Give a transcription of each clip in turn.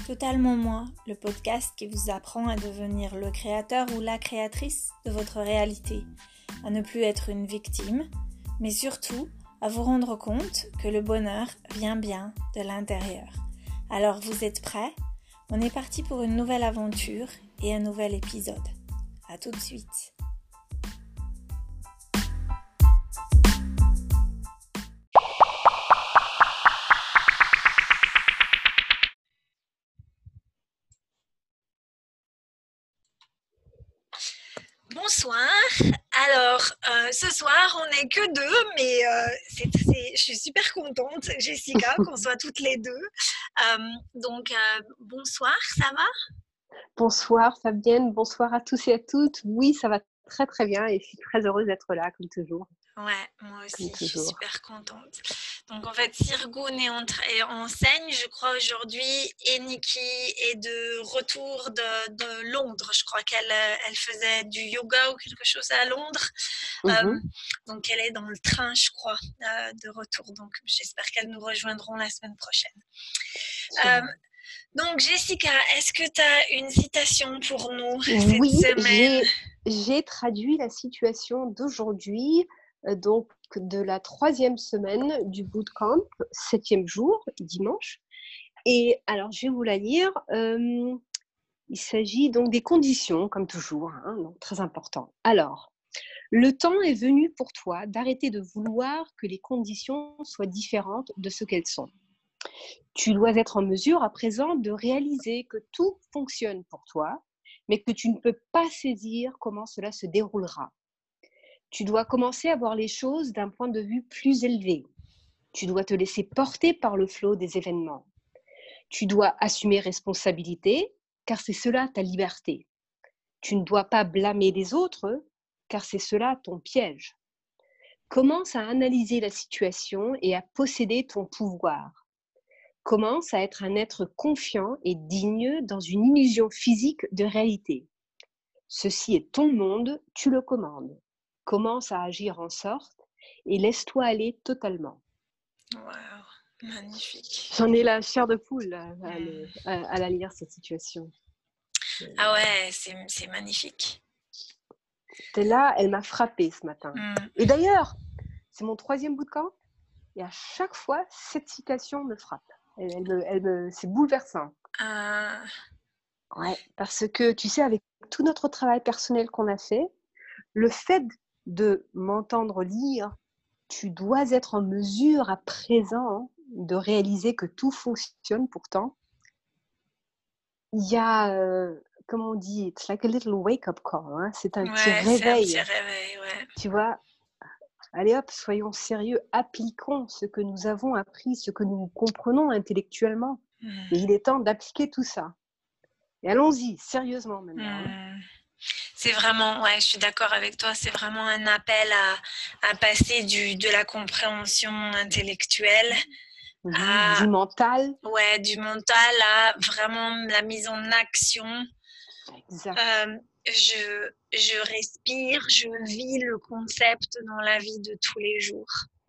Totalement Moi, le podcast qui vous apprend à devenir le créateur ou la créatrice de votre réalité, à ne plus être une victime, mais surtout à vous rendre compte que le bonheur vient bien de l'intérieur. Alors vous êtes prêts ? On est parti pour une nouvelle aventure et un nouvel épisode. À tout de suite. Bonsoir. Alors, ce soir, on n'est que deux, mais je suis super contente, Jessica, qu'on soit toutes les deux. Bonsoir, ça va ? Bonsoir Fabienne, bonsoir à tous et à toutes. Oui, ça va très très bien et je suis très heureuse d'être là, comme toujours. Ouais, moi aussi, je suis super contente. Donc en fait, Sirgoun enseigne, je crois aujourd'hui, et Nikki est de retour de Londres. Je crois qu'elle faisait du yoga ou quelque chose à Londres. Donc elle est dans le train, je crois, de retour. Donc j'espère qu'elles nous rejoindront la semaine prochaine. Donc Jessica, est-ce que tu as une citation pour nous cette semaine ? J'ai traduit la situation d'aujourd'hui, donc de la 3e semaine du bootcamp, 7e jour, dimanche. Et alors, je vais vous la lire. Il s'agit donc des conditions, comme toujours, donc très important. Alors, le temps est venu pour toi d'arrêter de vouloir que les conditions soient différentes de ce qu'elles sont. Tu dois être en mesure à présent de réaliser que tout fonctionne pour toi, mais que tu ne peux pas saisir comment cela se déroulera. Tu dois commencer à voir les choses d'un point de vue plus élevé. Tu dois te laisser porter par le flot des événements. Tu dois assumer responsabilité, car c'est cela ta liberté. Tu ne dois pas blâmer les autres, car c'est cela ton piège. Commence à analyser la situation et à posséder ton pouvoir. Commence à être un être confiant et digne dans une illusion physique de réalité. Ceci est ton monde, tu le commandes. Commence à agir en sorte et laisse-toi aller totalement. Waouh, magnifique. J'en ai la chair de poule à la lire, cette situation. Ah ouais, c'est magnifique. Là, elle m'a frappée ce matin. Et d'ailleurs, c'est mon 3e bootcamp et à chaque fois, cette citation me frappe. C'est bouleversant. Ouais, parce que tu sais, avec tout notre travail personnel qu'on a fait, le fait de m'entendre lire, tu dois être en mesure à présent de réaliser que tout fonctionne pourtant. Il y a, comment on dit, it's like a little wake-up call, c'est un petit réveil. C'est un petit réveil, ouais. Tu vois, allez hop, soyons sérieux, appliquons ce que nous avons appris, ce que nous comprenons intellectuellement. Et il est temps d'appliquer tout ça. Et allons-y, sérieusement maintenant. C'est vraiment, ouais, je suis d'accord avec toi, c'est vraiment un appel à passer de la compréhension intellectuelle du mental. Ouais, du mental à vraiment la mise en action. Exact. Je respire, je vis le concept dans la vie de tous les jours.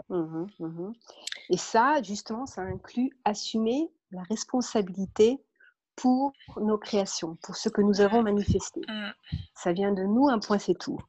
Et ça, justement, ça inclut assumer la responsabilité pour nos créations, pour ce que nous avons manifesté. Ça vient de nous, un point, c'est tout.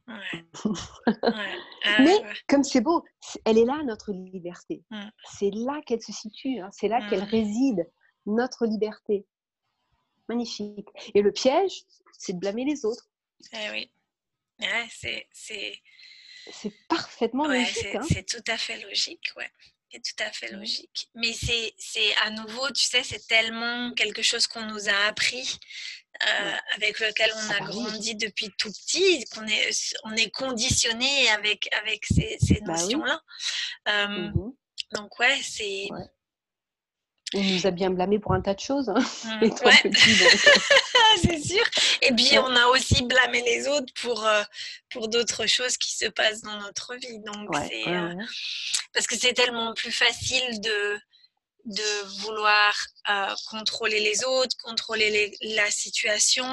Mais comme c'est beau, elle est là, notre liberté. C'est là qu'elle se situe, c'est là qu'elle réside, notre liberté. Magnifique. Et le piège, c'est de blâmer les autres. Eh oui. Ouais, c'est parfaitement logique. C'est tout à fait logique, ouais. C'est tout à fait logique. Mais c'est à nouveau, tu sais, c'est tellement quelque chose qu'on nous a appris, avec lequel on a grandi depuis tout petit, on est conditionné avec ces notions-là. Donc ouais, c'est... Ouais. On nous a bien blâmés pour un tas de choses. C'est sûr. Et puis, on a aussi blâmé les autres pour d'autres choses qui se passent dans notre vie. Donc, parce que c'est tellement plus facile de vouloir contrôler les autres, contrôler la situation,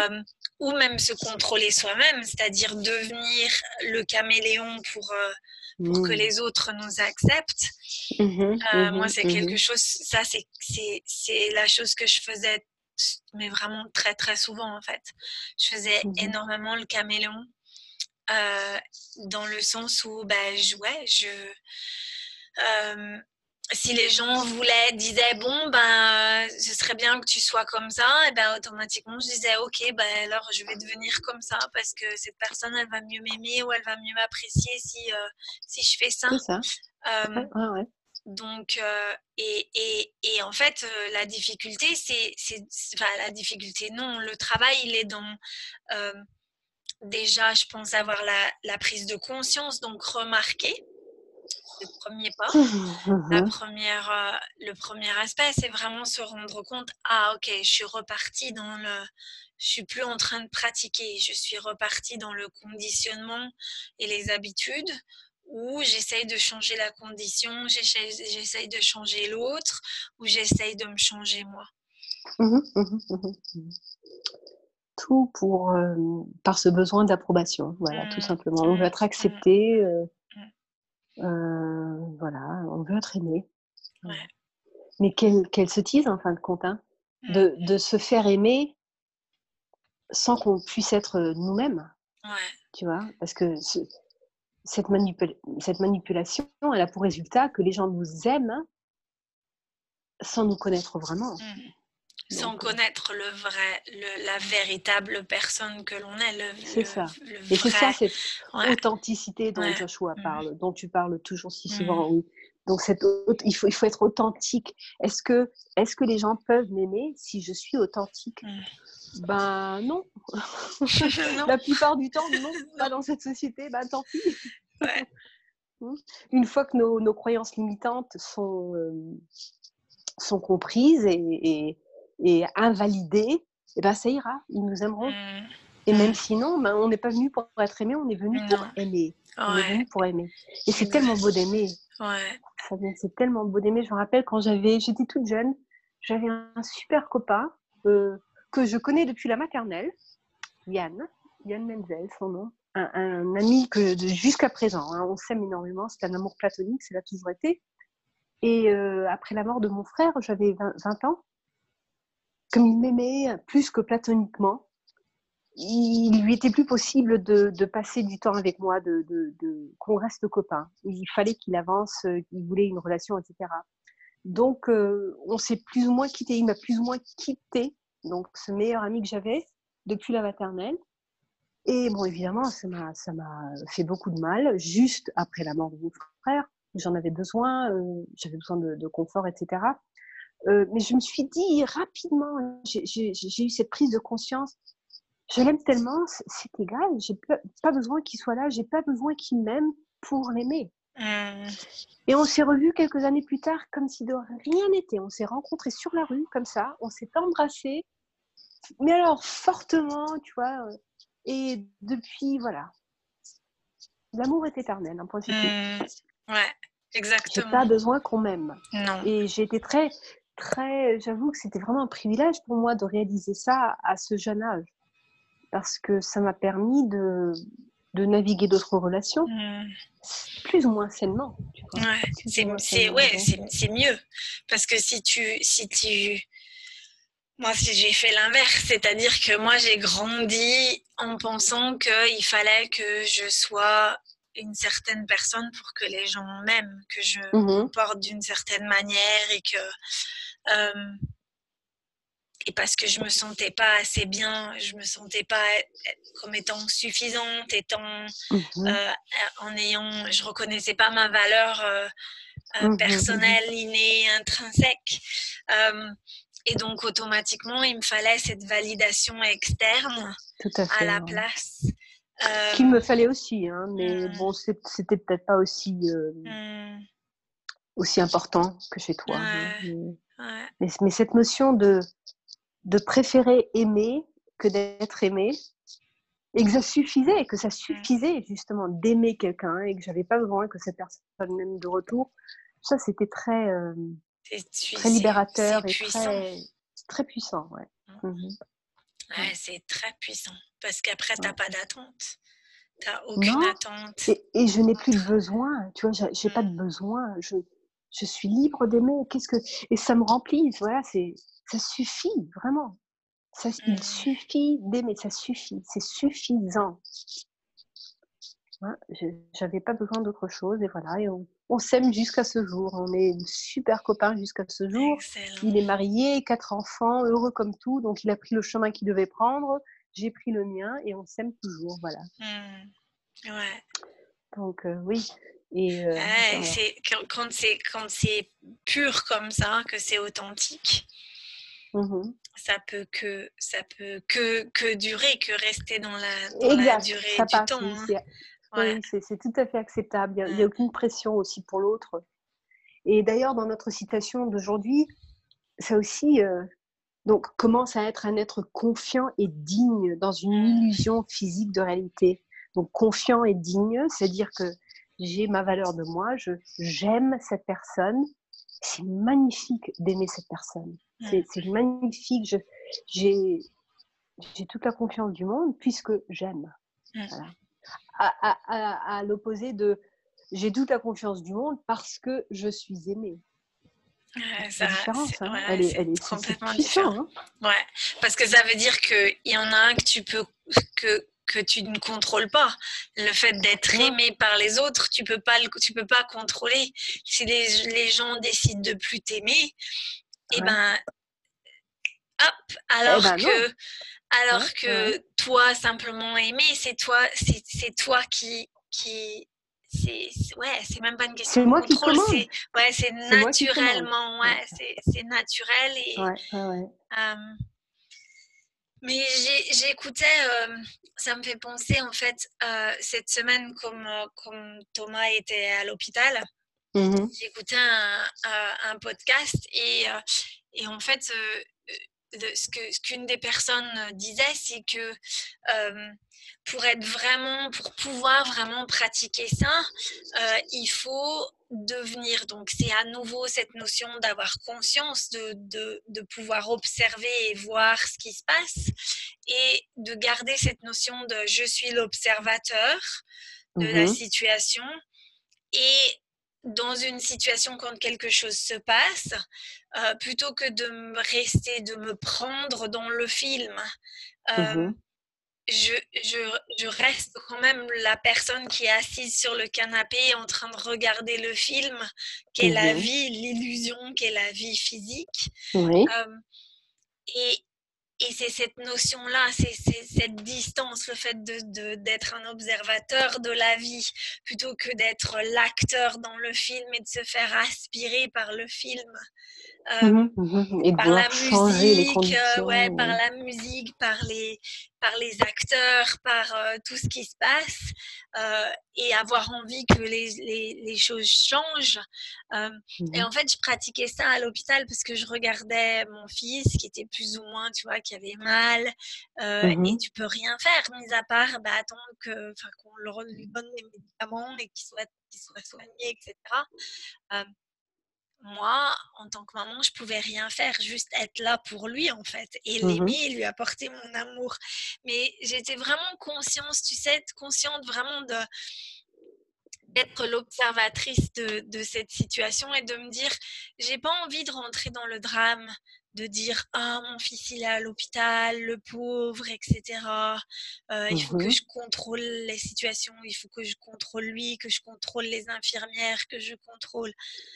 ou même se contrôler soi-même, c'est-à-dire devenir le caméléon pour que les autres nous acceptent. Moi, c'est quelque chose, ça, c'est la chose que je faisais, mais vraiment très, très souvent, en fait. Je faisais énormément le caméléon, dans le sens où, si les gens disaient, bon, ce serait bien que tu sois comme ça, et ben automatiquement, je disais, ok, alors je vais devenir comme ça, parce que cette personne, elle va mieux m'aimer ou elle va mieux m'apprécier si je fais ça. C'est ça. Ouais. Donc, et en fait, la difficulté, enfin, la difficulté, non, le travail, il est dans, déjà, je pense, avoir la prise de conscience, donc remarquer, c'est le premier pas. Le premier aspect, c'est vraiment se rendre compte, ok, je suis plus en train de pratiquer, je suis repartie dans le conditionnement et les habitudes, où j'essaye de changer la condition, j'essaye de changer l'autre, ou j'essaye de me changer moi. Tout par ce besoin d'approbation, voilà, tout simplement. On veut être accepté, voilà, on veut être aimé. Ouais. Mais quelle sottise, en fin de compte, hein, de se faire aimer sans qu'on puisse être nous-mêmes. Ouais. Tu vois, parce que cette manipulation, elle a pour résultat que les gens nous aiment sans nous connaître vraiment. Sans connaître la véritable personne que l'on est. C'est ça. Et c'est ça, cette authenticité dont Joshua parle, dont tu parles toujours si souvent, oui. Donc, il faut être authentique. Est-ce que les gens peuvent m'aimer si je suis authentique ? Ben non. Non. La plupart du temps, non. Pas dans cette société, tant pis. Ouais. Une fois que nos croyances limitantes sont comprises et invalidées, et ben ça ira, ils nous aimeront. Et même sinon, on n'est pas venu pour être aimé, on est venu pour aimer. On est venu pour aimer. Et c'est tellement beau d'aimer. Ouais. C'est tellement beau d'aimer. Je me rappelle quand j'étais toute jeune, j'avais un super copain que je connais depuis la maternelle, Yann Menzel, son nom. Un ami que jusqu'à présent, hein, on s'aime énormément, c'est un amour platonique, ça l'a toujours été. Et après la mort de mon frère, j'avais 20 ans, comme il m'aimait plus que platoniquement, il lui était plus possible de passer du temps avec moi, qu'on reste copains. Il fallait qu'il avance, il voulait une relation, etc. Donc, on s'est plus ou moins quitté. Il m'a plus ou moins quitté. Donc, ce meilleur ami que j'avais depuis la maternelle. Et bon, évidemment, ça m'a fait beaucoup de mal. Juste après la mort de mon frère, j'en avais besoin. J'avais besoin de confort, etc. Mais je me suis dit rapidement, j'ai eu cette prise de conscience. Je l'aime tellement, c'est égal. J'ai pas besoin qu'il soit là. J'ai pas besoin qu'il m'aime pour l'aimer. Et on s'est revus quelques années plus tard, comme si de rien n'était. On s'est rencontrés sur la rue, comme ça. On s'est embrassés, mais alors fortement, tu vois. Et depuis, voilà. L'amour est éternel, un point c'est tout. Ouais, exactement. J'ai pas besoin qu'on m'aime. Non. Et j'ai été très, très... J'avoue que c'était vraiment un privilège pour moi de réaliser ça à ce jeune âge. Parce que ça m'a permis de naviguer d'autres relations, plus ou moins sainement. Tu vois, c'est mieux. Parce que moi, j'ai fait l'inverse, c'est-à-dire que moi, j'ai grandi en pensant qu'il fallait que je sois une certaine personne pour que les gens m'aiment, que je me porte d'une certaine manière et parce que je me sentais pas assez bien, je me sentais pas comme étant suffisante, je reconnaissais pas ma valeur personnelle, innée, intrinsèque. Et donc, automatiquement, il me fallait cette validation externe à la place. Qu'il me fallait aussi, hein, mais bon, c'était peut-être pas aussi important que chez toi. Mais cette notion de préférer aimer que d'être aimé, et que ça suffisait justement d'aimer quelqu'un et que j'avais pas besoin que cette personne m'aime de retour, ça c'était très libérateur et très puissant. Ouais. Ouais, c'est très puissant parce qu'après t'as pas d'attente. T'as aucune Non, attente et je n'ai plus de contre. besoin, tu vois? J'ai pas de Mmh. besoin, je suis libre d'aimer. Et ça me remplit, voilà, ça suffit, vraiment. Il Mmh. suffit d'aimer, ça suffit, c'est suffisant. Hein, j'avais pas besoin d'autre chose et voilà, et on s'aime jusqu'à ce jour. On est super copains jusqu'à ce jour. Il Excellent. est marié, 4 enfants, heureux comme tout, donc il a pris le chemin qu'il devait prendre, j'ai pris le mien et on s'aime toujours, voilà. Mmh. Ouais. Donc oui. Et Ouais, attends alors. c'est quand c'est pur comme ça, que c'est authentique, Mmh. ça peut que durer, que rester dans la Exact, durée ça du passe, temps, oui, hein. oui, Ouais. oui, c'est tout à fait acceptable. Il y a Mmh. aucune pression aussi pour l'autre. Et d'ailleurs, dans notre citation d'aujourd'hui, ça aussi, donc commence à être un être confiant et digne dans une Mmh. illusion physique de réalité. Donc confiant et digne, c'est-à-dire que j'ai ma valeur de moi, j'aime cette personne. C'est magnifique d'aimer cette personne. Mmh. C'est magnifique. J'ai j'ai toute la confiance du monde puisque j'aime. Mmh. Voilà. À l'opposé de j'ai toute la confiance du monde parce que je suis aimée. Ouais, La ça, différence, c'est hein, ouais, c'est c'est complètement différent. puissant. Hein. Ouais, parce que ça veut dire qu'il y en a un que tu ne contrôles pas. Le fait d'être Non, aimé par les autres, tu peux pas contrôler. Si les gens décident de plus t'aimer, et ouais. ben hop, Eh alors ben non. que alors Ouais, ouais, ouais. que toi simplement aimer, c'est toi qui ouais, c'est même pas une question C'est de moi qui contrôle, commande. c'est C'est moi qui commande. naturellement, Ouais, ouais, c'est naturel et ouais, ouais, ouais. euh, mais j'écoutais, ça me fait penser en fait, cette semaine comme Thomas était à l'hôpital, Mhm, j'écoutais un podcast et en fait, ce qu'une des personnes disait, c'est que euh, pour pouvoir vraiment pratiquer ça, il faut devenir, donc c'est à nouveau cette notion d'avoir conscience, de pouvoir observer et voir ce qui se passe et de garder cette notion de je suis l'observateur de la mhm, situation et dans une situation quand quelque chose se passe, plutôt que de me prendre dans le film, euh, mhm, je reste quand même la personne qui est assise sur le canapé en train de regarder le film, qu'est la mhm. vie, l'illusion, qu'est la vie physique. Oui. Euh, et, et c'est cette notion-là, c'est cette distance, le fait d'être un observateur de la vie, plutôt que d'être l'acteur dans le film et de se faire aspirer par le film. Euh, Mhm, mhm. Et de par la vouloir changer les musique, ouais, conditions. par Oui. la musique, par les acteurs, par tout ce qui se passe, et avoir envie que les choses changent. Euh, et Mhm, en fait, je pratiquais ça à l'hôpital parce que je regardais mon fils qui était plus ou moins, tu vois, qui avait mal, et mhm, tu peux rien faire, mis à part bah, attendre qu'on lui donne les médicaments et qu'il soit soigné, etc. Euh, Moi, en tant que maman, je pouvais rien faire, juste être là pour lui en fait et mhm, l'aimer et lui apporter mon amour. Mais j'étais vraiment consciente vraiment d'être l'observatrice de cette situation et de me dire, j'ai pas envie de rentrer dans le drame, de dire ah mon fils il est à l'hôpital, le pauvre, etc. Il faut que mhm, je contrôle les situations, il faut que je contrôle lui, que je contrôle les infirmières, que je contrôle.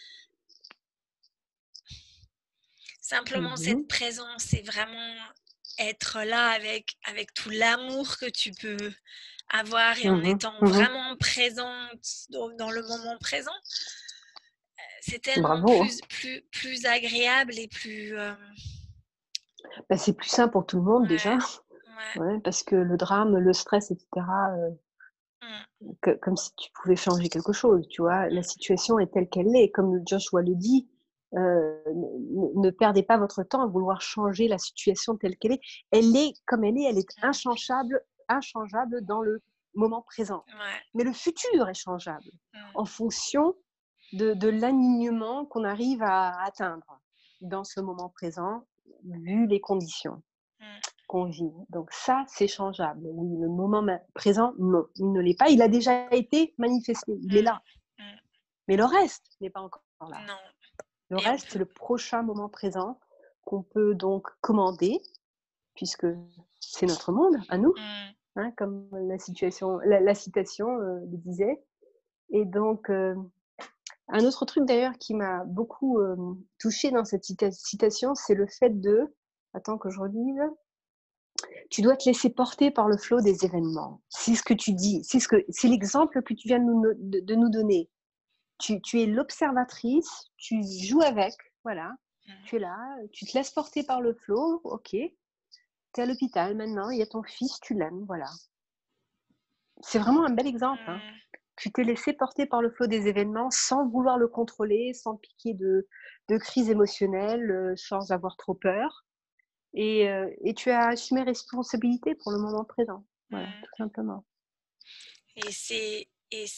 Simplement cette mhm, présence, c'est vraiment être là avec tout l'amour que tu peux avoir et en mhm, étant mhm. vraiment présente dans le moment présent, c'est tellement Bravo. Hein. plus agréable et plus... Bah, c'est plus sain pour tout le monde déjà. ouais, ouais, Ouais, parce que le drame, le stress, etc., mm, comme si tu pouvais changer quelque chose, tu vois? La situation est telle qu'elle est. Comme Joshua le dit, ne perdez pas votre temps à vouloir changer la situation telle qu'elle est. Elle est comme elle est inchangeable dans le moment présent. ouais, Mais le futur est changeable mm, en fonction de l'alignement qu'on arrive à atteindre dans ce moment présent, vu les conditions. mm. qu'on vit. Donc ça, c'est changeable. Oui, le moment présent, non, il ne l'est pas. Il a déjà été manifesté, il est là. Mais le reste n'est pas encore là. Non. Le reste, c'est le prochain moment présent qu'on peut donc commander, puisque c'est notre monde, à nous, hein, comme la citation le disait. Et donc, un autre truc d'ailleurs qui m'a beaucoup touchée dans cette citation, c'est le fait de, attends que je relise, tu dois te laisser porter par le flot des événements. C'est ce que tu dis, c'est l'exemple que tu viens de nous donner. Tu es l'observatrice, tu joues avec, voilà. Tu es là, tu te laisses porter par le flot, ok. Tu es à l'hôpital maintenant, il y a ton fils, tu l'aimes, voilà. C'est vraiment un bel exemple. Hein. Tu t'es laissé porter par le flot des événements sans vouloir le contrôler, sans piquer de crise émotionnelle, sans avoir trop peur. Et tu as assumé responsabilité pour le moment présent. Voilà, tout simplement. Et c'est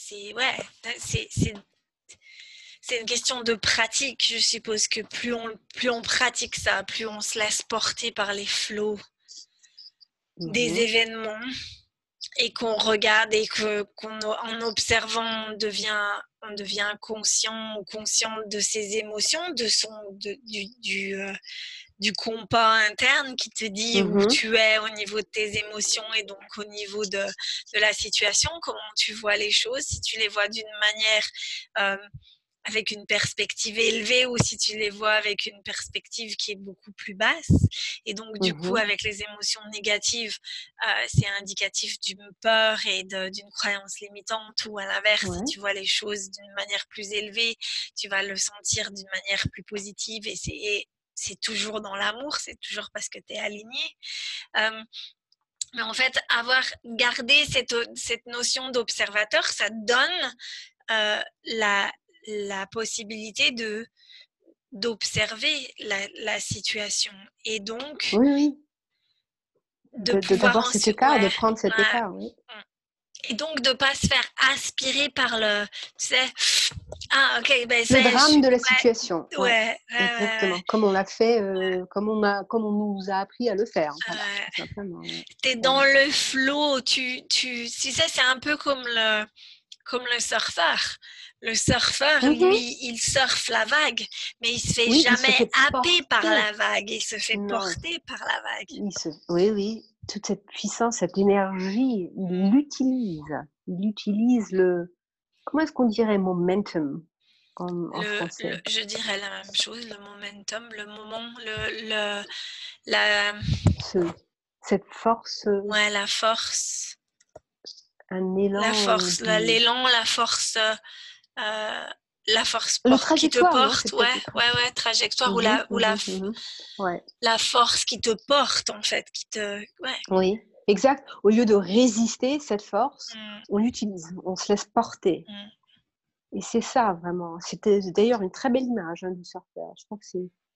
une question de pratique. Je suppose que plus on pratique ça, plus on se laisse porter par les flots des événements et qu'on regarde et qu'en observant, on devient conscient ou consciente de ses émotions, du compas interne qui te dit où tu es au niveau de tes émotions et donc au niveau de la situation, comment tu vois les choses, si tu les vois d'une manière avec une perspective élevée ou si tu les vois avec une perspective qui est beaucoup plus basse. Et donc, du coup, avec les émotions négatives, c'est indicatif d'une peur et d'une croyance limitante, ou à l'inverse, si tu vois les choses d'une manière plus élevée, tu vas le sentir d'une manière plus positive et c'est toujours dans l'amour, c'est toujours parce que tu es aligné. Mais en fait, avoir gardé cette notion d'observateur, ça donne la possibilité d'observer la situation et donc d'avoir cet écart, de prendre cet écart, oui. Et donc de pas se faire aspirer par le, tu sais, le drame de la situation. Exactement. Comme on l'a fait, comme on nous a appris à le faire. Voilà, tout simplement. T'es dans le flow, tu sais, c'est un peu comme le surfeur. Le surfeur, lui, il surfe la vague, mais il se fait jamais happer par la vague. Il se fait porter par la vague. Oui. Toute cette puissance, cette énergie, il l'utilise. Il utilise comment est-ce qu'on dirait momentum en français? Je dirais la même chose, le momentum, le moment, cette force. La force. Un élan. L'élan, la force. La force qui te porte, trajectoire la force qui te porte en fait, Oui, exact. Au lieu de résister cette force, on l'utilise, on se laisse porter. Et c'est ça vraiment. C'était d'ailleurs une très belle image du surfeur. Je crois que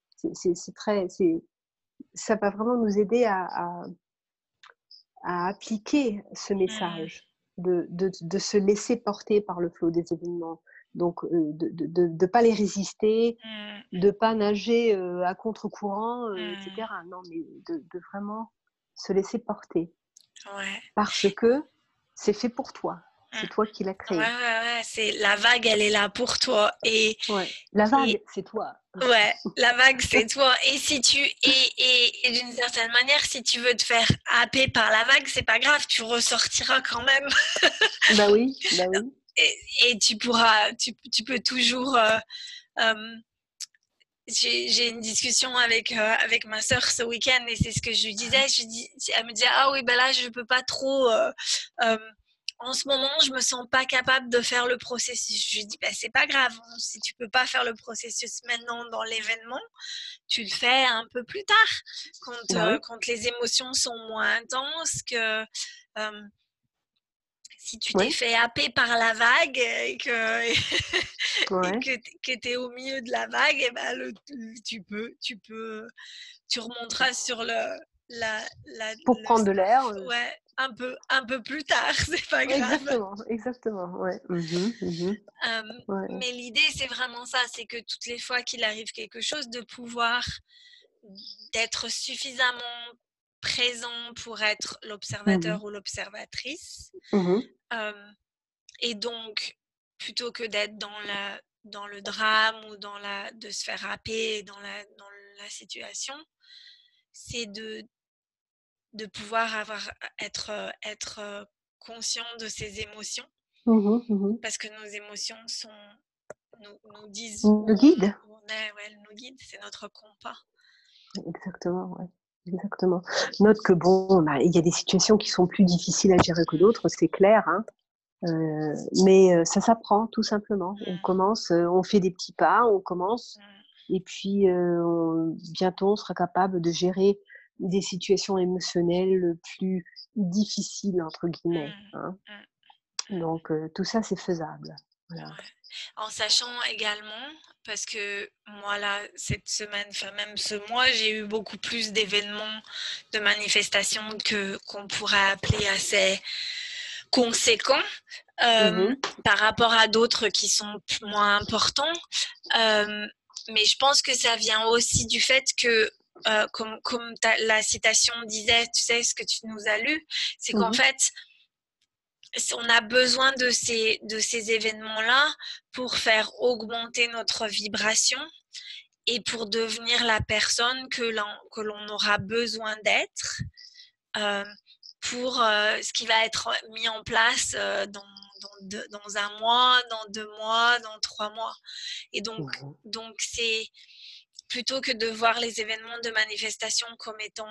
ça va vraiment nous aider à appliquer ce message de se laisser porter par le flot des événements. Donc, de pas les résister, de pas nager à contre-courant, etc. Non, mais de vraiment se laisser porter. Parce que c'est fait pour toi. C'est toi qui l'as créé. C'est la vague, elle est là pour toi. La vague, c'est toi. La vague, c'est toi. Et si et d'une certaine manière, si tu veux te faire happer par la vague, c'est pas grave, tu ressortiras quand même. Bah oui. Et tu peux toujours. J'ai une discussion avec ma sœur ce week-end et c'est ce que je lui disais. Elle me disait ah oui ben là je peux pas trop. En ce moment, je me sens pas capable de faire le processus. Je lui dis, c'est pas grave. Si tu peux pas faire le processus maintenant dans l'événement, tu le fais un peu plus tard, quand les émotions sont moins intenses, que si tu t'es fait happer par la vague et que tu es au milieu de la vague, et tu remonteras sur pour prendre de l'air. Un peu plus tard, c'est pas grave. Exactement, ouais. Mais l'idée, c'est vraiment ça, c'est que toutes les fois qu'il arrive quelque chose, de pouvoir d'être suffisamment présent pour être l'observateur Mhm. ou l'observatrice. Mhm. Et donc, plutôt que d'être dans le drame ou de se faire happer dans la situation, c'est de pouvoir être conscient de ses émotions, Mhm. Mhm. parce que nos émotions nous disent Le où guide. on est, ouais, elles nous guident, c'est notre compas. Exactement, ouais. Exactement. Note que bon, bah, il y a des situations qui sont plus difficiles à gérer que d'autres, c'est clair, hein. Mais ça s'apprend tout simplement. On commence, on fait des petits pas, on commence, et puis bientôt on sera capable de gérer des situations émotionnelles plus difficiles entre guillemets, hein. Donc tout ça c'est faisable. Voilà. Ouais. En sachant également, parce que moi là, cette semaine, enfin même ce mois, j'ai eu beaucoup plus d'événements, de manifestations qu'on pourrait appeler assez conséquents par rapport à d'autres qui sont moins importants. Mais je pense que ça vient aussi du fait que, comme la citation disait, tu sais, ce que tu nous as lu, c'est qu'en fait, on a besoin de ces événements-là pour faire augmenter notre vibration et pour devenir la personne que l'on aura besoin d'être pour ce qui va être mis en place dans un mois, dans 2 mois, dans 3 mois. Et donc c'est plutôt que de voir les événements de manifestation comme étant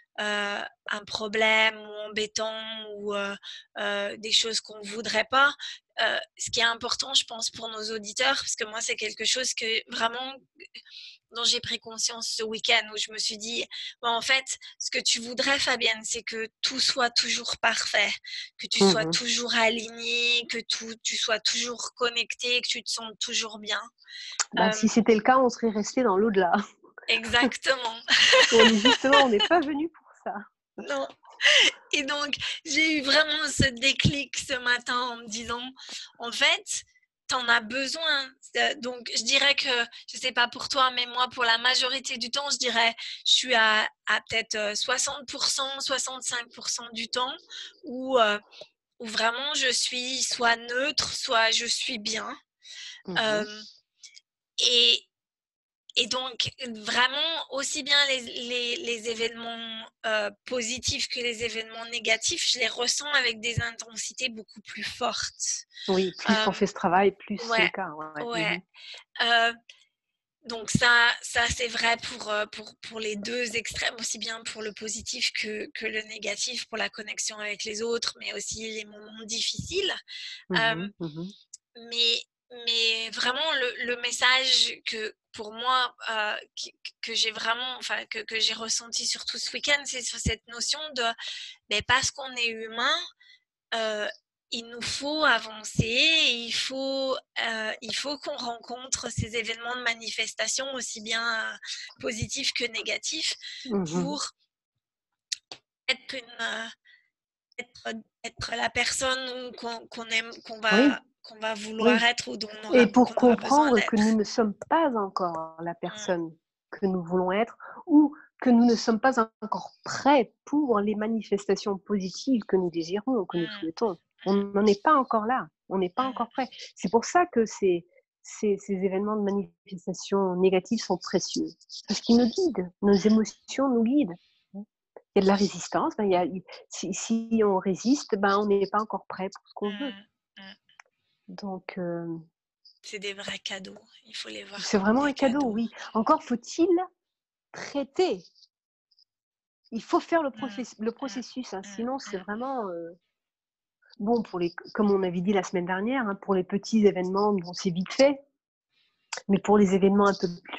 un problème ou embêtant ou des choses qu'on ne voudrait pas. Ce qui est important, je pense, pour nos auditeurs, parce que moi, c'est quelque chose que vraiment dont j'ai pris conscience ce week-end, où je me suis dit, bon, en fait, ce que tu voudrais, Fabienne, c'est que tout soit toujours parfait, que tu sois toujours aligné, que tu sois toujours connecté, que tu te sentes toujours bien. Bah, si c'était le cas, on serait resté dans l'au-delà. Exactement. On n'est pas venu pour ça. Non. Et donc, j'ai eu vraiment ce déclic ce matin en me disant, en fait, t'en as besoin. Donc, je dirais que, je sais pas pour toi, mais moi, pour la majorité du temps, je dirais, je suis à peut-être 60%, 65% du temps où vraiment je suis soit neutre, soit je suis bien. Et Et donc, vraiment, aussi bien les événements positifs que les événements négatifs, je les ressens avec des intensités beaucoup plus fortes. Oui, plus on fait ce travail, plus c'est le Ouais, cas. ouais. Donc ça c'est vrai pour les deux extrêmes, aussi bien pour le positif que le négatif, pour la connexion avec les autres, mais aussi les moments difficiles. Mais vraiment, le message que pour moi, que j'ai vraiment, enfin, que j'ai ressenti surtout ce week-end, c'est sur cette notion de, mais parce qu'on est humain, il nous faut avancer, il faut qu'on rencontre ces événements de manifestation, aussi bien positifs que négatifs, pour être être la personne qu'on aime, qu'on va vouloir être ou Et pour qu'on aura besoin comprendre que d'être. nous ne sommes pas encore la personne que nous voulons être, ou que nous ne sommes pas encore prêts pour les manifestations positives que nous désirons, que nous souhaitons. On n'en est pas encore là, on n'est pas encore prêt. C'est pour ça que ces événements de manifestation négatives sont précieux, parce qu'ils nous guident, nos émotions nous guident. Il y a de la résistance, si on résiste, on n'est pas encore prêt pour ce qu'on veut. Donc, c'est des vrais cadeaux, il faut les voir c'est comme vraiment des un cadeau, cadeaux. oui. Encore faut-il traiter. Il faut faire le processus, hein, sinon c'est vraiment bon pour comme on avait dit la semaine dernière, hein, pour les petits événements, bon, c'est vite fait, mais pour les événements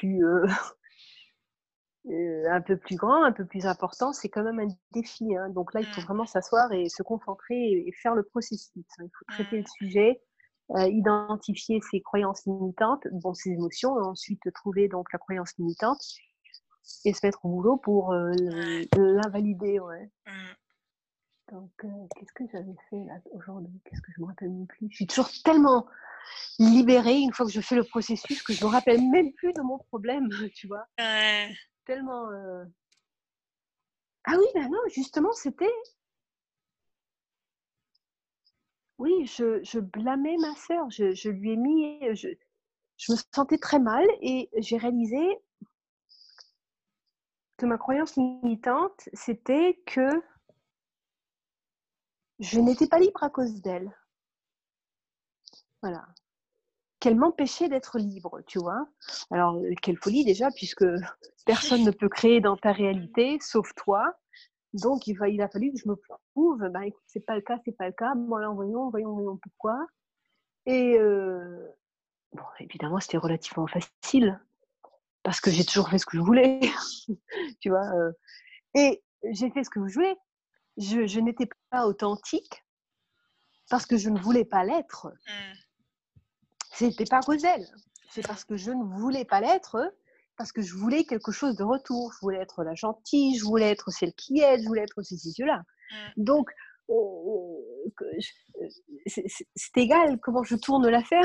un peu plus grands, un peu plus importants, c'est quand même un défi, hein. Donc là, il faut vraiment s'asseoir et se concentrer et faire le processus, hein. Il faut traiter le sujet, identifier ses croyances limitantes, bon, ses émotions, et ensuite trouver donc la croyance limitante et se mettre au boulot pour l'invalider, ouais. Donc, qu'est-ce que j'avais fait là aujourd'hui? Qu'est-ce que je me rappelle même plus? Je suis toujours tellement libérée une fois que je fais le processus que je me rappelle même plus de mon problème, tu vois. Tellement Ah oui, ben non, justement, c'était... Oui, je blâmais ma sœur. Je lui ai mis... Je me sentais très mal et j'ai réalisé que ma croyance limitante, c'était que je n'étais pas libre à cause d'elle. Voilà. Qu'elle m'empêchait d'être libre, tu vois. Alors, quelle folie déjà, puisque personne ne peut créer dans ta réalité, sauf toi. Donc, il a fallu que je me prouve, ben écoute, c'est pas le cas, c'est pas le cas. Bon, alors, voyons pourquoi. Et bon, évidemment, c'était relativement facile, parce que j'ai toujours fait ce que je voulais, tu vois. Et j'ai fait ce que je voulais. Je n'étais pas authentique parce que je ne voulais pas l'être. C'était pas à cause d'elle. C'est parce que je ne voulais pas l'être, parce que je voulais quelque chose de retour. Je voulais être la gentille, je voulais être celle qui aide, je voulais être ceci, cela. Donc, c'est égal comment je tourne l'affaire.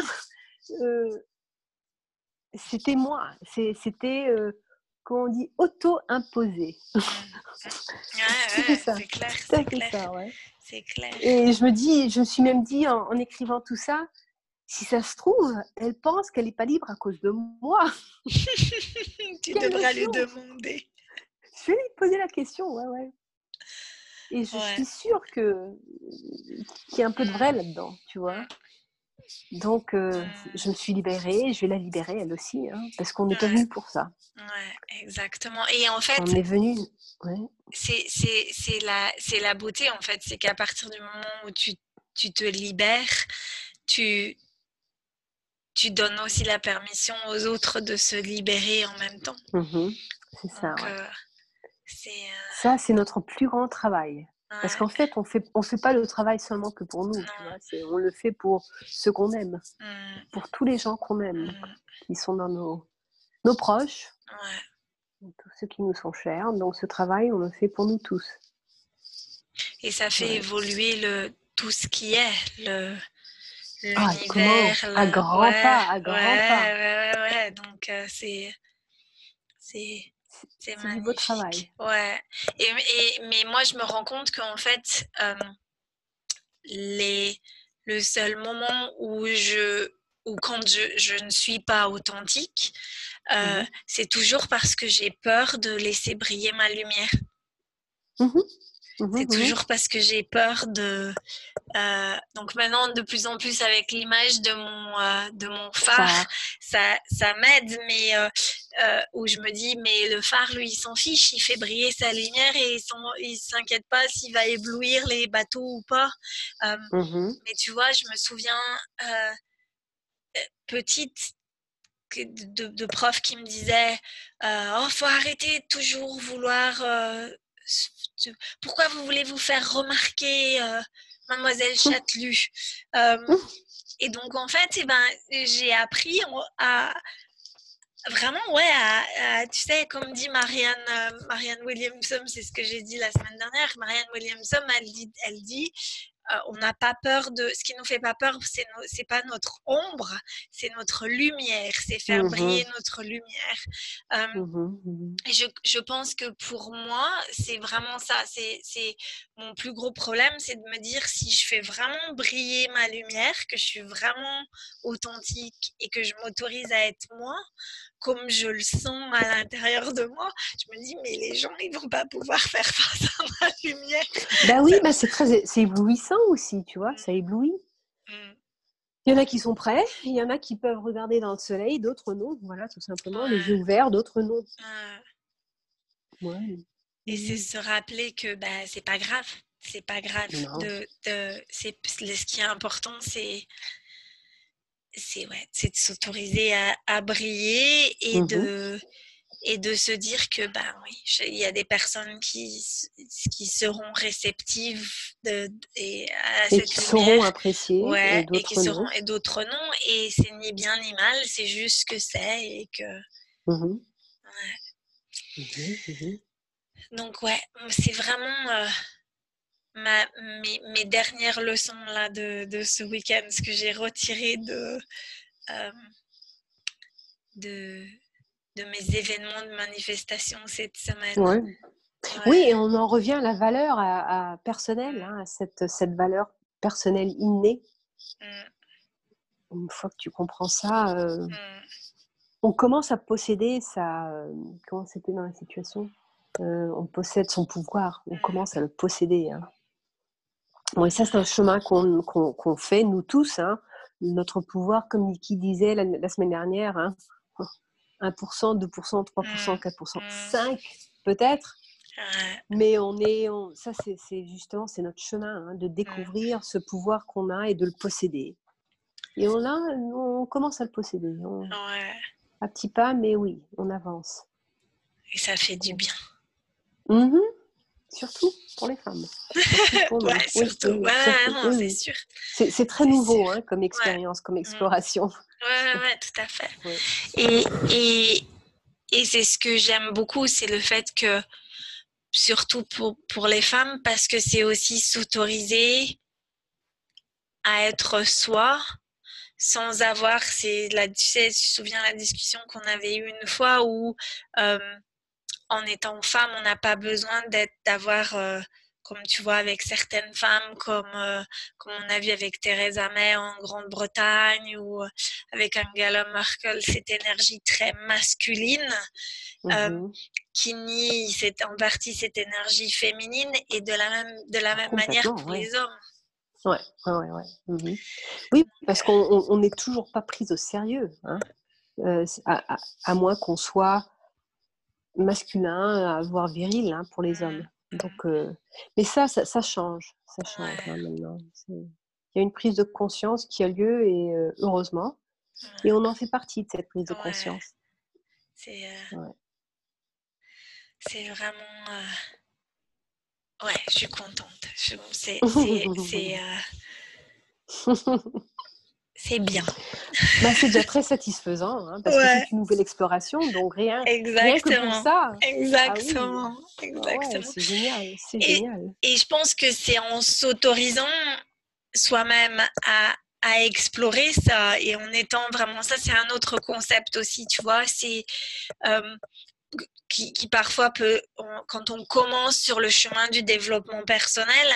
C'était moi. C'était, comment on dit, auto-imposé. Ouais, ça. c'est clair, Tout à c'est fait clair. ça, ouais. C'est clair. Et je me suis même dit en écrivant tout ça, si ça se trouve, elle pense qu'elle n'est pas libre à cause de moi. Tu Quelle devras lui chance! demander. Je vais lui poser la question, ouais. Et je suis sûre qu'il y a un peu de vrai là-dedans, tu vois. Donc, je me suis libérée, je vais la libérer elle aussi, hein, parce qu'on n'est pas venu pour ça. Ouais, exactement. Et en fait, on est venu... Ouais. c'est la beauté, en fait. C'est qu'à partir du moment où tu te libères, tu donnes aussi la permission aux autres de se libérer en même temps. C'est ça, Donc, ouais. c'est... Ça, c'est notre plus grand travail. Parce qu'en fait, on fait pas le travail seulement que pour nous, tu vois. On le fait pour ceux qu'on aime, pour tous les gens qu'on aime, qui sont dans nos proches, tous ceux qui nous sont chers. Donc, ce travail, on le fait pour nous tous. Et ça fait évoluer tout ce qui est, comment? l'univers. À grands pas, à grands pas. Ouais. Donc, c'est du beau magnifique. travail. Ouais. Mais moi, je me rends compte qu'en fait, le seul moment où quand je ne suis pas authentique, c'est toujours parce que j'ai peur de laisser briller ma lumière. C'est toujours parce que j'ai peur de... donc maintenant, de plus en plus avec l'image de mon phare, ça m'aide, mais où je me dis, mais le phare, lui, il s'en fiche, il fait briller sa lumière et il s'inquiète pas s'il va éblouir les bateaux ou pas. Mais tu vois, je me souviens petite de profs qui me disaient oh, faut arrêter de toujours vouloir pourquoi vous voulez vous faire remarquer mademoiselle Chatelu et donc en fait j'ai appris à vraiment tu sais comme dit Marianne Williamson, c'est ce que j'ai dit la semaine dernière, Marianne Williamson elle dit on n'a pas peur de... Ce qui nous fait pas peur, c'est pas notre ombre, c'est notre lumière, c'est faire briller notre lumière. Et je pense que pour moi, c'est vraiment ça. C'est mon plus gros problème, c'est de me dire si je fais vraiment briller ma lumière, que je suis vraiment authentique et que je m'autorise à être moi, comme je le sens à l'intérieur de moi, je me dis mais les gens ils vont pas pouvoir faire face à ma lumière. Bah oui, c'est éblouissant aussi, tu vois, ça éblouit. Il y en a qui sont prêts, il y en a qui peuvent regarder dans le soleil, d'autres non, voilà, tout simplement, les yeux ouverts, d'autres non. Et c'est se rappeler que c'est pas grave, c'est pas grave. Ce qui est important, c'est de s'autoriser à briller et de se dire que oui, il y a des personnes qui seront réceptives et qui sauront apprécier et d'autres non, et c'est ni bien ni mal, c'est juste ce que c'est et que donc c'est vraiment mes dernières leçons là de ce week-end, ce que j'ai retiré de mes événements de manifestation cette semaine. Oui, et Ouais. on en revient à la valeur personnelle, Mm, hein, à cette valeur personnelle innée. mm, Une fois que tu comprends ça, mm, on commence à posséder sa, comment c'était dans la situation? On possède son pouvoir, on commence à le posséder, hein. Bon et ça, c'est un chemin qu'on fait nous tous, hein. Notre pouvoir, comme Niki disait la semaine dernière, hein, 1 2 3 mm, 4 mm. 5 peut-être, Ouais. mais ça c'est justement, c'est notre chemin, hein, de Mm, découvrir ce pouvoir qu'on a et de le posséder et on commence à le posséder, ouais. à petits pas, mais oui, on avance. Et ça fait du On bien. Mmh. Surtout pour les femmes, surtout pour nous. Ouais, Oui, surtout. oui, oui, Ouais, surtout, non, oui, c'est oui. sûr. C'est très C'est sûr. nouveau, hein, comme Ouais. expérience, comme Mm. exploration. Ouais, ouais, tout à fait. Ouais. Et, et, et c'est ce que j'aime beaucoup, c'est le fait que, surtout pour les femmes, parce que c'est aussi s'autoriser à être soi, sans avoir, tu sais, tu te souviens la discussion qu'on avait eue une fois où, euh, en étant femme, on n'a pas besoin d'avoir, comme tu vois, avec certaines femmes, comme on a vu avec Theresa May en Grande-Bretagne ou avec Angela Merkel, cette énergie très masculine euh, Mmh. qui nie en partie cette énergie féminine et de la Ah même manière complètement, pour ouais. les hommes. Ouais, ouais, ouais, ouais. Mmh. Oui, parce qu'on n'est toujours pas prise au sérieux, hein, c à moins qu'on soit masculin, voire viril, hein, pour les Mm, hommes. Donc mais ça change, ouais, hein, maintenant. Il y a une prise de conscience qui a lieu et heureusement et ouais, on en fait partie de cette prise de ouais. conscience. C'est euh, Ouais. c'est vraiment. Ouais, je suis contente. C'est bien. Bah, c'est déjà très satisfaisant, hein, parce que Ouais, c'est une nouvelle exploration, donc rien que pour exactement. ça, ah oui, Exactement. ah ouais, Exactement. c'est Et, génial. et je pense que c'est en s'autorisant soi-même à explorer ça et en étant vraiment, ça c'est un autre concept aussi, tu vois, c'est euh, qui parfois quand on commence sur le chemin du développement personnel,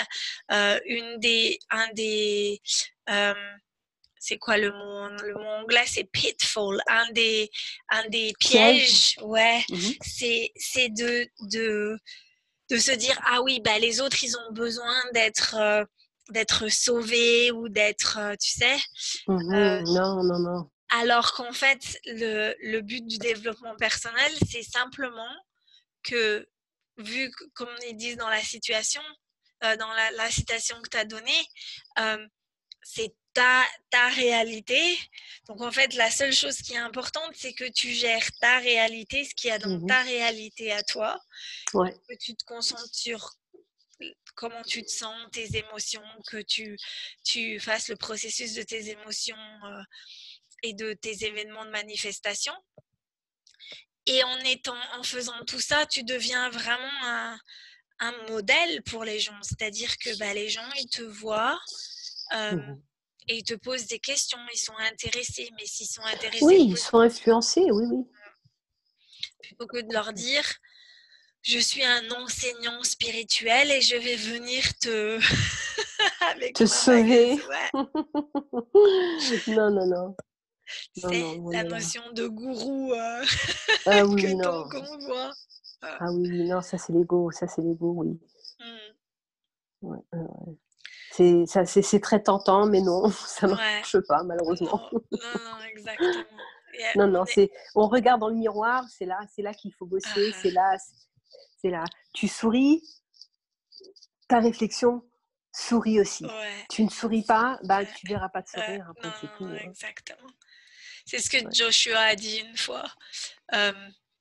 un des euh, c'est quoi le mot anglais, c'est pitfall, un des Piège. pièges, ouais, Mmh. c'est de se dire ah oui bah les autres ils ont besoin d'être sauvés ou d'être tu sais euh, Non, non, non. alors qu'en fait le but du développement personnel c'est simplement que comme ils disent dans la situation dans la citation que tu as donnée euh, c'est ta réalité. Donc en fait, la seule chose qui est importante, c'est que tu gères ta réalité, ce qu'il y a dans Mmh. ta réalité à toi, Ouais. que tu te concentres sur comment tu te sens, tes émotions, que tu fasses le processus de tes émotions et de tes événements de manifestation. Et en faisant tout ça, tu deviens vraiment un modèle pour les gens. C'est-à-dire que bah, les gens, ils te voient euh, Mmh. et ils te posent des questions, ils sont intéressés. Mais s'ils sont Oui, intéressés, ils sont influencés, oui, oui. plutôt que de leur dire je suis un enseignant spirituel et je vais venir te avec Te ma baguette, sauver. ouais. Non, non, non. Non, C'est non, loin la de là. notion de gourou Ah oui, oui, que ton non. convoi. Ah, Ah oui, oui, non, ça c'est l'ego, oui. mm, Ouais, c'est très tentant, mais non, ça ouais, marche pas malheureusement. non, non, non, exactement. Et Non, on non, est. on regarde dans le miroir, c'est là qu'il faut Ah, bosser, ah, c'est là. Tu souris, ta réflexion sourit aussi. ouais, Tu ne souris pas, bah, ouais, tu verras pas de ouais, sourire, non, après c'est non, non, tout, hein. exactement. C'est ce que Ouais. Joshua a dit une fois. Euh,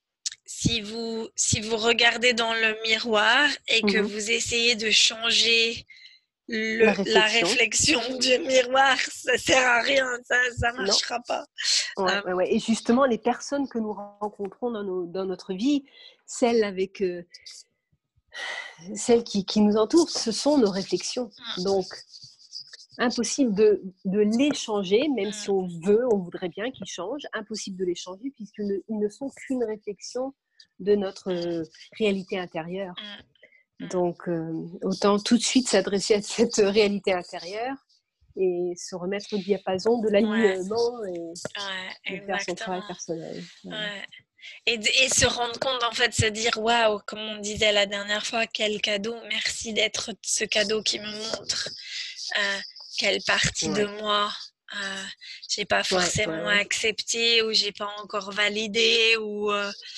si vous regardez dans le miroir et que Mmh. vous essayez de changer La la réflexion, réflexion du miroir, ça sert à rien, ça non. marchera pas. Ouais, Euh, ouais, ouais et justement les personnes que nous rencontrons dans notre vie, celles avec, celles qui nous entourent, ce sont nos réflexions. Donc impossible de les changer, même si on voudrait bien qu'ils changent, impossible de les changer puisqu'ils ne sont qu'une réflexion de notre réalité intérieure. Donc, autant tout de suite s'adresser à cette réalité intérieure et se remettre au diapason de l'alignement et de faire son travail personnel. Ouais. Et se rendre compte, en fait, se dire, waouh, comme on disait la dernière fois, quel cadeau, merci d'être ce cadeau qui me montre quelle partie de moi j'ai pas forcément accepté ou j'ai pas encore validé ou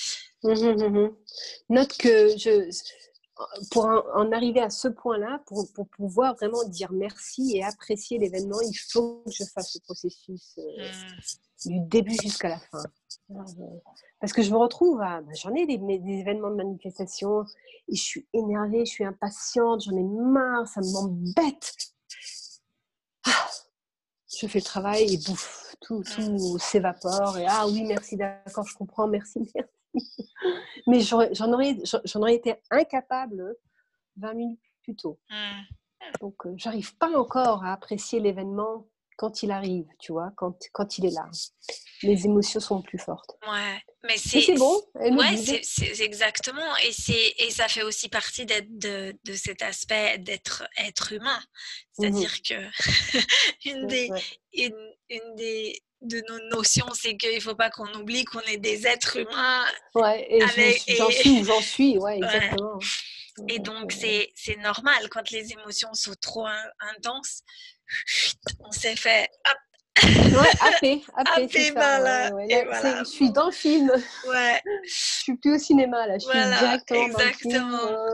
Note que pour en arriver à ce point-là, pour pouvoir vraiment dire merci et apprécier l'événement, il faut que je fasse le processus du début jusqu'à la fin. Parce que je me retrouve j'en ai des événements de manifestation et je suis énervée, je suis impatiente, j'en ai marre, ça m'embête. Je fais le travail et bouf, tout s'évapore. Et oui, merci, d'accord, je comprends, merci. Mais j'en aurais été incapable 20 minutes plus tôt. Donc, j'arrive pas encore à apprécier l'événement quand il arrive, tu vois, quand il est là. Les émotions sont plus fortes. Ouais, mais c'est bon, c'est exactement, et ça fait aussi partie de cet aspect d'être être humain. C'est-à-dire que une de nos notions, c'est qu'il ne faut pas qu'on oublie qu'on est des êtres humains. Ouais, et j'en suis où j'en suis, exactement. Et donc, c'est normal quand les émotions sont trop intenses. On s'est fait happé, c'est ça. Je suis dans le film. Ouais. Je suis plus au cinéma, là. Je suis directement dans le film.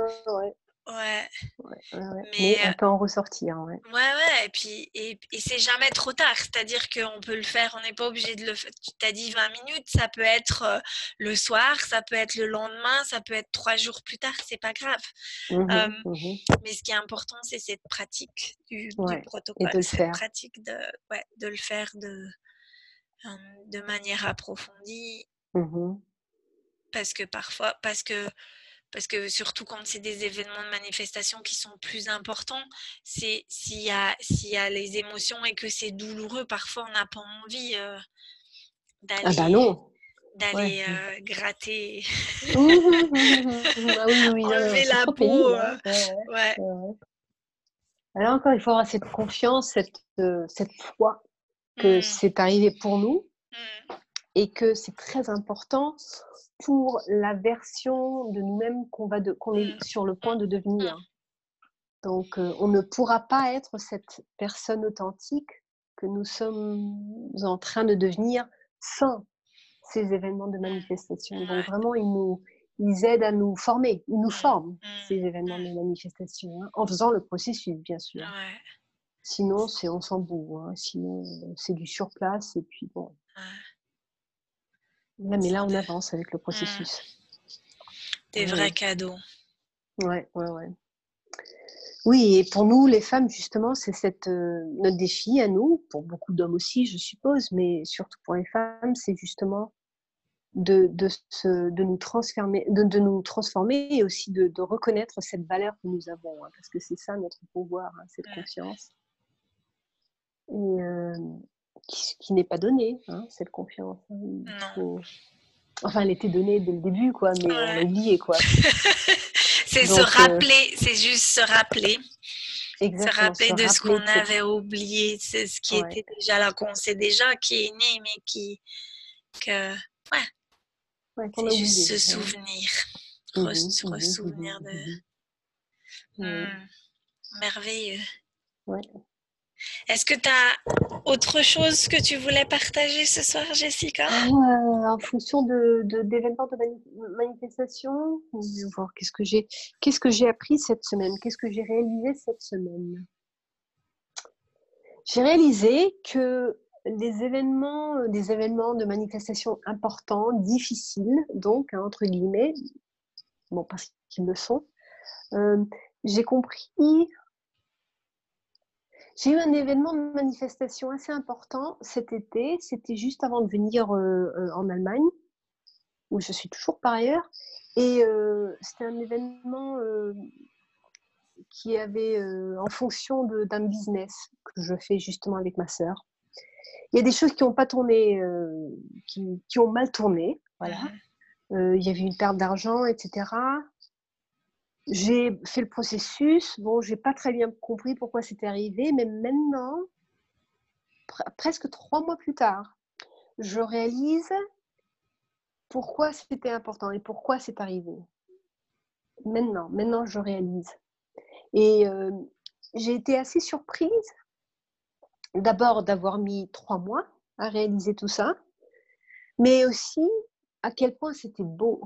Mais on peut en ressortir. Et puis et c'est jamais trop tard, c'est-à-dire qu'on peut le faire, on n'est pas obligé de le faire. Tu t'as dit 20 minutes, ça peut être le soir, ça peut être le lendemain, ça peut être 3 jours plus tard, c'est pas grave. Mais ce qui est important, c'est cette pratique du protocole, et de cette pratique de le faire de manière approfondie. Parce que surtout quand c'est des événements de manifestation qui sont plus importants, c'est s'il y a les émotions et que c'est douloureux, parfois on n'a pas envie d'aller gratter, enlever la peau. Alors encore, il faut avoir cette confiance, cette foi que c'est arrivé pour nous et que c'est très important pour la version de nous-mêmes qu'on est sur le point de devenir. Donc, on ne pourra pas être cette personne authentique que nous sommes en train de devenir sans ces événements de manifestation. Donc, vraiment, ils aident à nous former. Ils nous forment, ces événements de manifestation, en faisant le processus, bien sûr. Sinon, on s'en bout. Sinon, c'est du surplace et puis bon. Là, on avance avec le processus. Des vrais cadeaux. Ouais. Oui, et pour nous, les femmes, justement, c'est notre défi à nous, pour beaucoup d'hommes aussi, je suppose, mais surtout pour les femmes, c'est justement de nous transformer et aussi de reconnaître cette valeur que nous avons, parce que c'est ça notre pouvoir, cette confiance. Et qui n'est pas donnée, cette confiance. Enfin, elle était donnée dès le début, quoi, mais on l'a oublié, quoi. C'est se rappeler, c'est juste se rappeler. Exactement, se rappeler de ce qu'on avait oublié, c'est ce qui était déjà là, qu'on sait déjà, qui est né, mais c'est juste se souvenir, se ressouvenir de... merveilleux. Est-ce que tu as autre chose que tu voulais partager ce soir, Jessica? En fonction d'événements de manifestation, on va voir qu'est-ce que j'ai appris cette semaine, qu'est-ce que j'ai réalisé cette semaine. J'ai réalisé que des événements de manifestation importants, difficiles, donc, entre guillemets, bon, parce qu'ils le sont, j'ai compris. J'ai eu un événement de manifestation assez important cet été. C'était juste avant de venir en Allemagne, où je suis toujours par ailleurs. Et c'était un événement qui avait, en fonction d'un business que je fais justement avec ma sœur. Il y a des choses qui n'ont pas tourné, qui ont mal tourné, voilà. il y avait une perte d'argent, etc. J'ai fait le processus. Bon, j'ai pas très bien compris pourquoi c'était arrivé, mais maintenant, presque 3 mois plus tard, je réalise pourquoi c'était important et pourquoi c'est arrivé. Maintenant, je réalise. Et j'ai été assez surprise, d'abord d'avoir mis 3 mois à réaliser tout ça, mais aussi à quel point c'était beau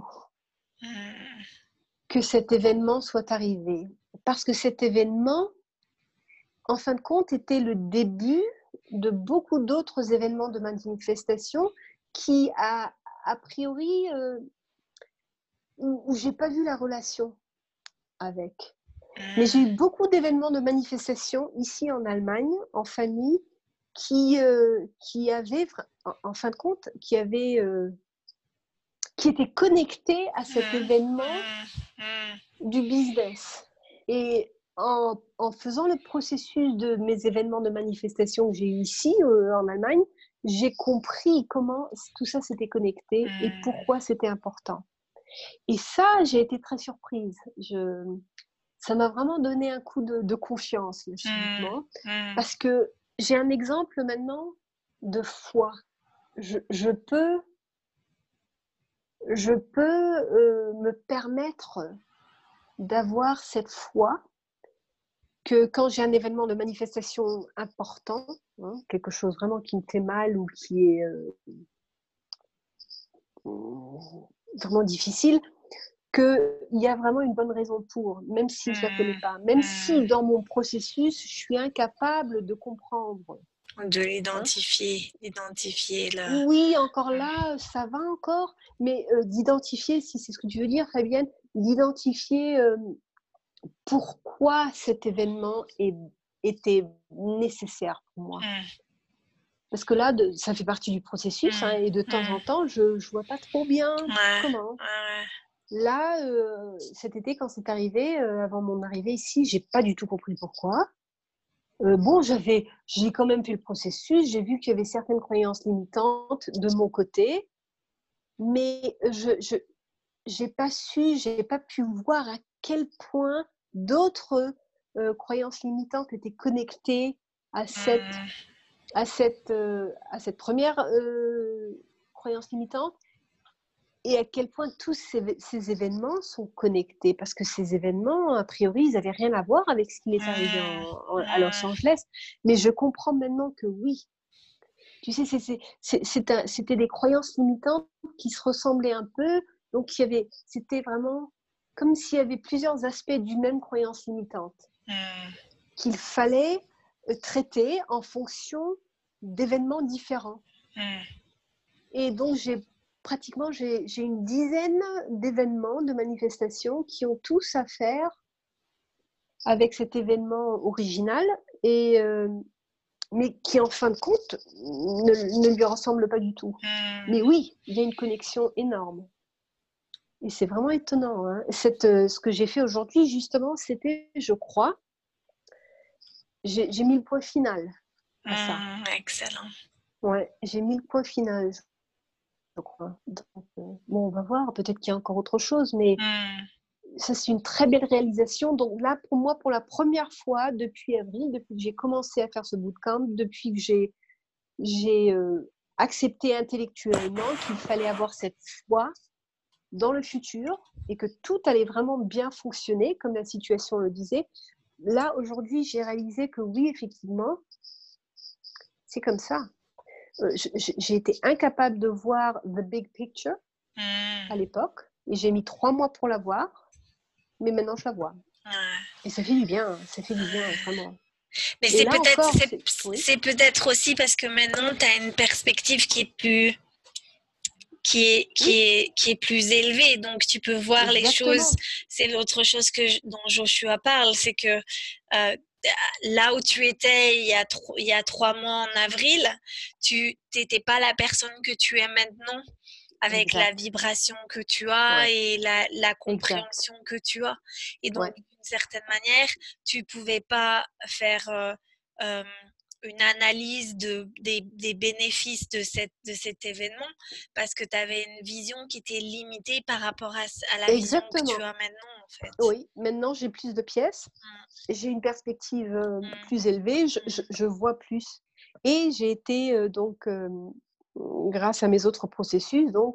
que cet événement soit arrivé. Parce que cet événement, en fin de compte, était le début de beaucoup d'autres événements de manifestation qui, a priori, où j'ai pas vu la relation avec. Mais j'ai eu beaucoup d'événements de manifestation ici en Allemagne, en famille, qui avaient, en fin de compte, qui étaient connectés à cet événement du business. Et en faisant le processus de mes événements de manifestation que j'ai eu ici en Allemagne, j'ai compris comment tout ça s'était connecté et pourquoi c'était important. Et ça, j'ai été très surprise. Ça m'a vraiment donné un coup de confiance, là, subitement, parce que j'ai un exemple maintenant de foi. Je peux me permettre d'avoir cette foi que quand j'ai un événement de manifestation important, hein, quelque chose vraiment qui me fait mal ou qui est vraiment difficile, qu'il y a vraiment une bonne raison pour, même si je ne la connais pas, même si dans mon processus, je suis incapable de comprendre. De l'identifier, Oui, encore là, ça va encore, mais d'identifier, si c'est ce que tu veux dire, Fabienne, d'identifier pourquoi cet événement était nécessaire pour moi. Parce que là, ça fait partie du processus, hein, et de temps en temps, je ne vois pas trop bien comment. Là, cet été, quand c'est arrivé, avant mon arrivée ici, j'ai pas du tout compris pourquoi. Bon, j'ai quand même fait le processus, j'ai vu qu'il y avait certaines croyances limitantes de mon côté, mais j'ai pas pu voir à quel point d'autres croyances limitantes étaient connectées à cette première croyance limitante, et à quel point tous ces événements sont connectés, parce que ces événements, a priori, ils n'avaient rien à voir avec ce qui m'est arrivé à Los Angeles, mais je comprends maintenant que oui. Tu sais, c'était des croyances limitantes qui se ressemblaient un peu, donc c'était vraiment comme s'il y avait plusieurs aspects d'une même croyance limitante qu'il fallait traiter en fonction d'événements différents. Et donc, j'ai une dizaine d'événements, de manifestations qui ont tous à faire avec cet événement original, mais qui, en fin de compte, ne lui ressemble pas du tout. Mais oui, il y a une connexion énorme. Et c'est vraiment étonnant. Hein. Ce que j'ai fait aujourd'hui, justement, c'était, je crois, j'ai mis le point final à ça. Excellent. Ouais, j'ai mis le point final, je crois. Donc, bon, on va voir, peut-être qu'il y a encore autre chose, mais ça, c'est une très belle réalisation. Donc là, pour moi, pour la première fois depuis avril, depuis que j'ai commencé à faire ce bootcamp, depuis que j'ai accepté intellectuellement qu'il fallait avoir cette foi dans le futur et que tout allait vraiment bien fonctionner, comme la situation le disait. Là, aujourd'hui, j'ai réalisé que oui, effectivement, c'est comme ça. J'ai été incapable de voir the big picture à l'époque, et j'ai mis 3 mois pour la voir, mais maintenant je la vois. Et ça fait du bien, vraiment. Mais c'est peut-être aussi parce que maintenant tu as une perspective qui est plus plus élevée, donc tu peux voir les choses. C'est l'autre chose dont Joshua parle, c'est que là où tu étais il y a 3 mois en avril, tu n'étais pas la personne que tu es maintenant, avec la vibration que tu as et la compréhension que tu as. Et donc, d'une certaine manière, tu ne pouvais pas faire une analyse des bénéfices de cet événement parce que tu avais une vision qui était limitée par rapport à la vision que tu Exactement. as maintenant, en fait. Oui, maintenant j'ai plus de pièces, j'ai une perspective plus élevée, je vois plus. Et j'ai été donc, grâce à mes autres processus, donc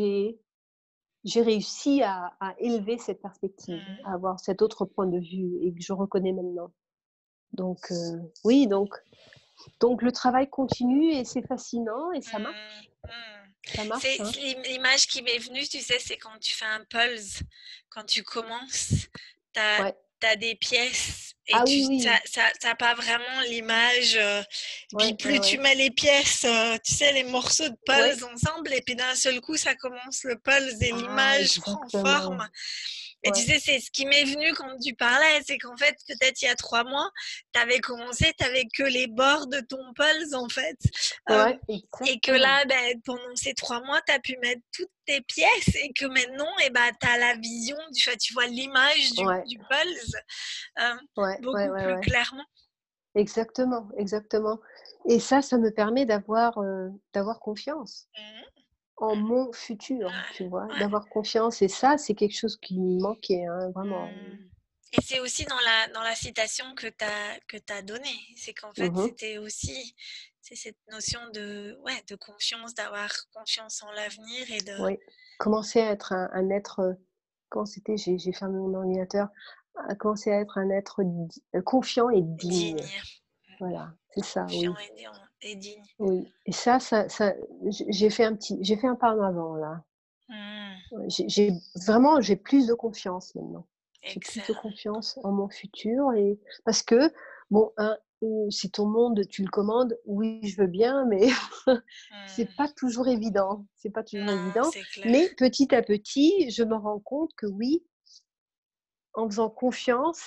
j'ai réussi à élever cette perspective, à avoir cet autre point de vue et que je reconnais maintenant. Donc, oui, donc le travail continue et c'est fascinant et ça marche. Ça marche, hein. L'image qui m'est venue, tu sais, c'est quand tu fais un pulse, quand tu commences, tu as, Ouais. des pièces et Ah tu oui, oui. n'as pas vraiment l'image. Puis Ouais, plus tu mets les pièces, tu sais, les morceaux de ouais. pulse ensemble, et puis d'un seul coup, ça commence le pulse et Ah, l'image prend exactement. forme. Et tu sais, c'est ce qui m'est venu quand tu parlais, c'est qu'en fait, peut-être il y a 3 mois, tu avais commencé, tu n'avais que les bords de ton pulse, en fait. Ouais, Et que exactement. là, ben, pendant ces 3 mois, tu as pu mettre toutes tes pièces et que maintenant, eh ben, tu as la vision, tu vois l'image Ouais, du pulse ouais, ouais, beaucoup ouais, plus ouais. clairement. Exactement, exactement. Et ça me permet d'avoir confiance en mon futur, tu vois? Ouais, ouais. D'avoir confiance et ça, c'est quelque chose qui me manquait, hein, vraiment. Et c'est aussi dans la citation que t'as donnée, c'est qu'en fait, Mmh. c'était aussi c'est cette notion de confiance, d'avoir confiance en l'avenir et de Oui. Commencer à être un être, comment c'était? J'ai fermé mon ordinateur. À commencer à être un être confiant et digne. digne, Voilà, c'est ça, confiant oui. et digne. Oui et ça j'ai fait un pas en avant là. Mmh, Ouais, j'ai plus de confiance maintenant. J'ai plus de excellent. confiance en mon futur et parce que bon, hein, si ton monde, tu le commandes, oui, je veux bien, mais c'est pas toujours évident. C'est pas toujours Non, évident, c'est clair. mais petit à petit, je me rends compte que oui, en faisant confiance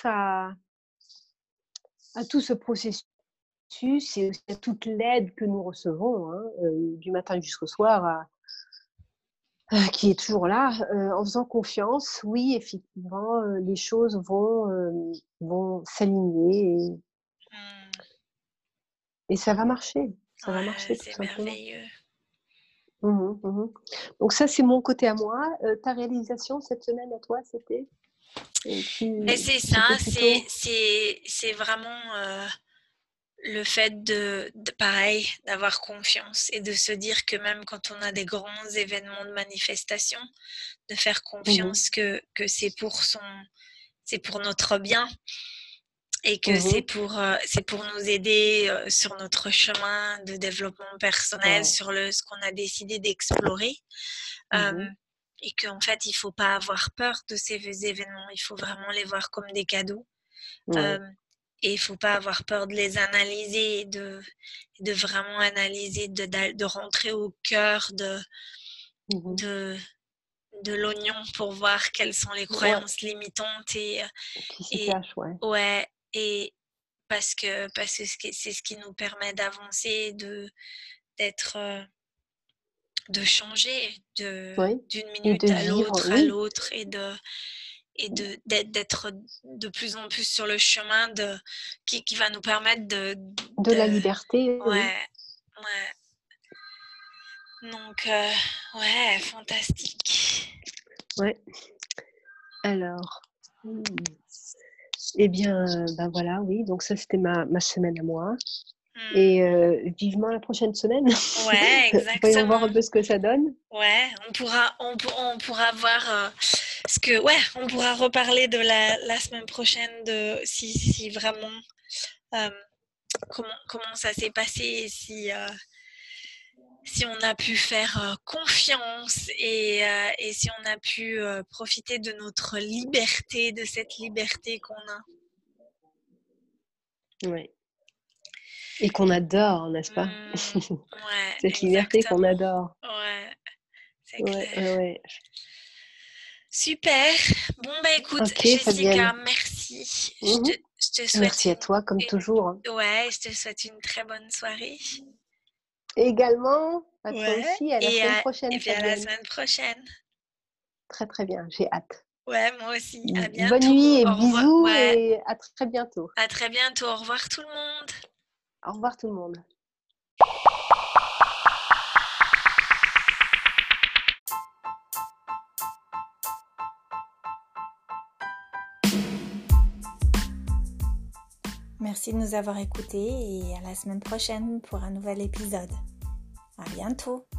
à tout ce processus et aussi à toute l'aide que nous recevons, hein, du matin jusqu'au soir qui est toujours là, en faisant confiance, oui, effectivement, les choses vont s'aligner Mmh, et ça va marcher. Ça va ouais, marcher tout c'est simplement. merveilleux. Mmh mh, mmh. Donc ça, c'est mon côté à moi. Ta réalisation cette semaine à toi, c'était? Mais c'est C'était ça, plutôt c'est vraiment, le fait pareil, d'avoir confiance et de se dire que même quand on a des grands événements de manifestation, de faire mmh confiance que c'est pour notre bien et que mh. c'est pour nous aider sur notre chemin de développement personnel, Ouais. sur ce qu'on a décidé d'explorer. Mmh. Et qu'en fait, il faut pas avoir peur de ces événements, il faut vraiment les voir comme des cadeaux. Ouais. Euh, et il faut pas avoir peur de les analyser, de vraiment analyser, de rentrer au cœur Mmh. de, de l'oignon pour voir quelles sont les Ouais, croyances limitantes qui s'y et cache, ouais. ouais, et parce que c'est ce qui nous permet d'avancer, d'être, de changer Oui d'une et de minute vivre, à oui, l'autre et d'être de plus en plus sur le chemin qui va nous permettre de la liberté, oui. ouais, ouais. Donc, ouais, fantastique. Ouais. Alors, mmh. Eh bien, ben, voilà, oui, donc ça, c'était ma semaine à moi et Hmm. vivement la prochaine semaine. Ouais, Voyons voir exactement. un peu ce que ça donne. Ouais, on pourra voir ce que, ouais, on pourra reparler de la semaine prochaine de si vraiment euh, comment ça s'est passé et si on a pu faire confiance et si on a pu profiter de notre liberté, de cette liberté qu'on a. Ouais et qu'on adore, n'est-ce pas? Ouais, Cette liberté qu'on exactement. adore. Ouais, c'est Ouais, clair. ouais, ouais. Super. Bon, bah écoute, OK, Jessica, Fabienne. merci. Mmh. Je te souhaite Merci à toi comme toujours, hein. ouais, je te souhaite une très bonne soirée. Également, à toi Ouais. aussi, à la semaine prochaine, Et puis à la Fabienne. semaine prochaine. Très, très bien, j'ai hâte. Ouais, moi aussi. À Bonne bientôt. nuit et Au revoir. bisous Ouais. et à très bientôt. À très bientôt. Au revoir tout le monde. Au revoir tout le monde. Merci de nous avoir écoutés et à la semaine prochaine pour un nouvel épisode. À bientôt!